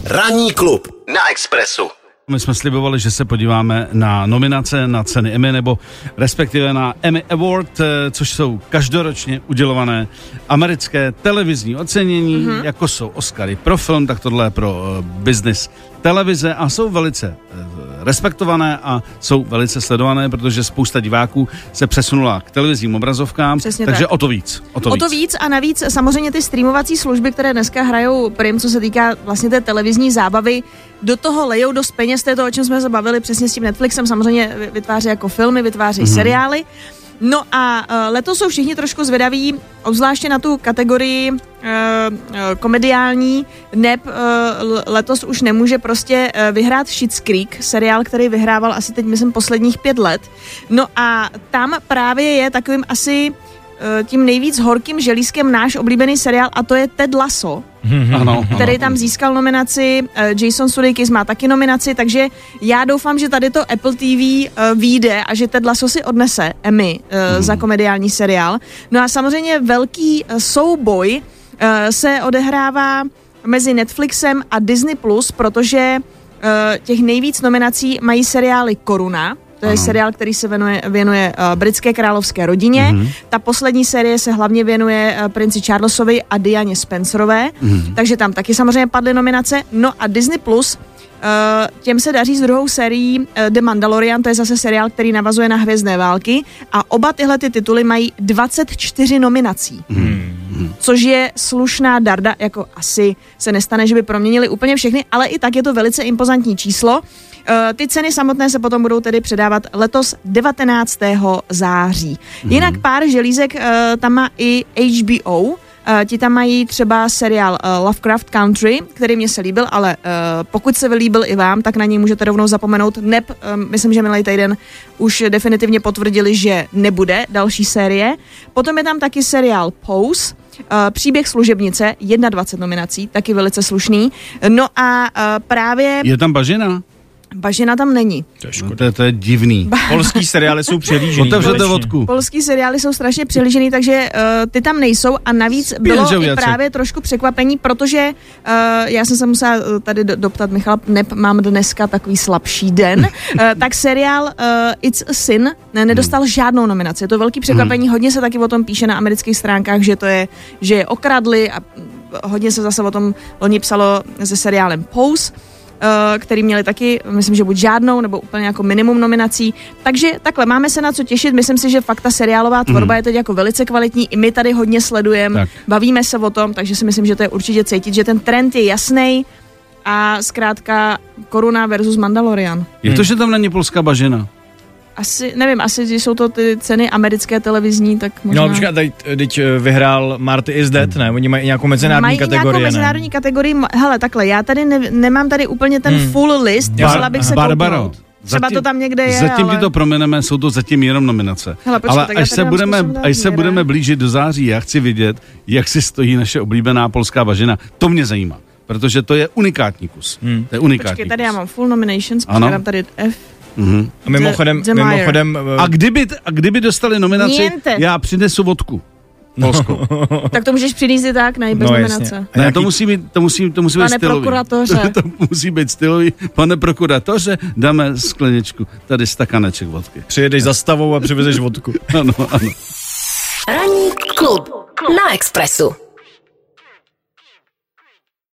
Ranní klub na Expressu. My jsme slibovali, že se podíváme na nominace na ceny Emmy, nebo respektive na Emmy Award, což jsou každoročně udělované americké televizní ocenění, jako jsou Oscary pro film, tak tohle je pro business televize a jsou velice respektované a jsou velice sledované, protože spousta diváků se přesunula k televizním obrazovkám, přesně takže tak. O to víc a navíc samozřejmě ty streamovací služby, které dneska hrajou prim, co se týká vlastně té televizní zábavy, do toho lejou dost peněz, to je to, o čem jsme se bavili přesně s tím Netflixem, samozřejmě vytváří jako filmy, vytváří seriály. No a letos jsou všichni trošku zvědaví, obzvláště na tu kategorii komediální, neb letos už nemůže prostě vyhrát Schitt's Creek, seriál, který vyhrával asi teď, myslím, posledních 5 let. No a tam právě je takovým asi tím nejvíc horkým želízkem náš oblíbený seriál a to je Ted Lasso, který tam získal nominaci, Jason Sudeikis má taky nominaci, takže já doufám, že tady to Apple TV vyjde a že Ted Lasso si odnese Emmy za komediální seriál. No a samozřejmě velký souboj se odehrává mezi Netflixem a Disney+, protože těch nejvíc nominací mají seriály Koruna. To je seriál, který se věnuje britské královské rodině. Ta poslední série se hlavně věnuje princi Charlesovi a Dianě Spencerové, takže tam taky samozřejmě padly nominace. No a Disney+, těm se daří s druhou sérií The Mandalorian, to je zase seriál, který navazuje na Hvězdné války a oba tyhle ty tituly mají 24 nominací. Což je slušná darda, jako asi se nestane, že by proměnili úplně všechny, ale i tak je to velice impozantní číslo. Ty ceny samotné se potom budou tedy předávat letos 19. září. Jinak pár želízek tam má i HBO. Ti tam mají třeba seriál Lovecraft Country, který mě se líbil, ale pokud se líbil i vám, tak na něj můžete rovnou zapomenout. Myslím, že minulý týden už definitivně potvrdili, že nebude další série. Potom je tam taky seriál Pose, Příběh služebnice, 21 nominací, taky velice slušný. No a právě... Je tam Bažina? Bažina tam není. To je divný. Polský seriály jsou přehlížený. Otevřete vodku. Polský seriály jsou strašně přehlížený, takže ty tam nejsou a navíc bylo i právě trošku překvapení, protože já jsem se musela tady doptat, Michal, mám dneska takový slabší den, tak seriál It's a Sin nedostal žádnou nominaci. Je to velký překvapení, hodně se taky o tom píše na amerických stránkách, že je okradli a hodně se zase o tom loni psalo se seriálem Pose, který měli taky, myslím, že buď žádnou, nebo úplně jako minimum nominací. Takže takhle, máme se na co těšit. Myslím si, že fakt ta seriálová tvorba je teď jako velice kvalitní. I my tady hodně sledujeme, bavíme se o tom, takže si myslím, že to je určitě cítit, že ten trend je jasný a zkrátka Koruna versus Mandalorian. Je to, že tam není polská Bažina? Asi, nevím, asi jsou to ty ceny americké televizní, tak možná... No, počkat, teď vyhrál Marty is Dead, ne? Oni mají nějakou mezinárodní kategorii, nějakou mezinárodní kategorii, hele, takhle, já tady nemám tady úplně ten full list, musela bych se kouknout. Třeba to tam někde je, zatím ti to promineme, jsou to zatím jenom nominace. Hele, počkej, ale až se budeme blížit do září, já chci vidět, jak si stojí naše oblíbená polská Bažina. To mě zajímá, protože to je unikátní kus. To je unikátní Počkej, tady já mám full nominations, počkej, tady F. A mimochodem a kdyby dostali nominaci, já přinesu vodku. Polskou. Tak to můžeš přinést i tak, ne, bez nominace. Ne, to musí být stylový. Pane prokuratoře. To musí být stylový. Pane prokuratoře, dáme skleničku, tady stakaneček vodky. Přijedeš za stavou a přivezeš vodku. Ano. Ranní klub na Expressu.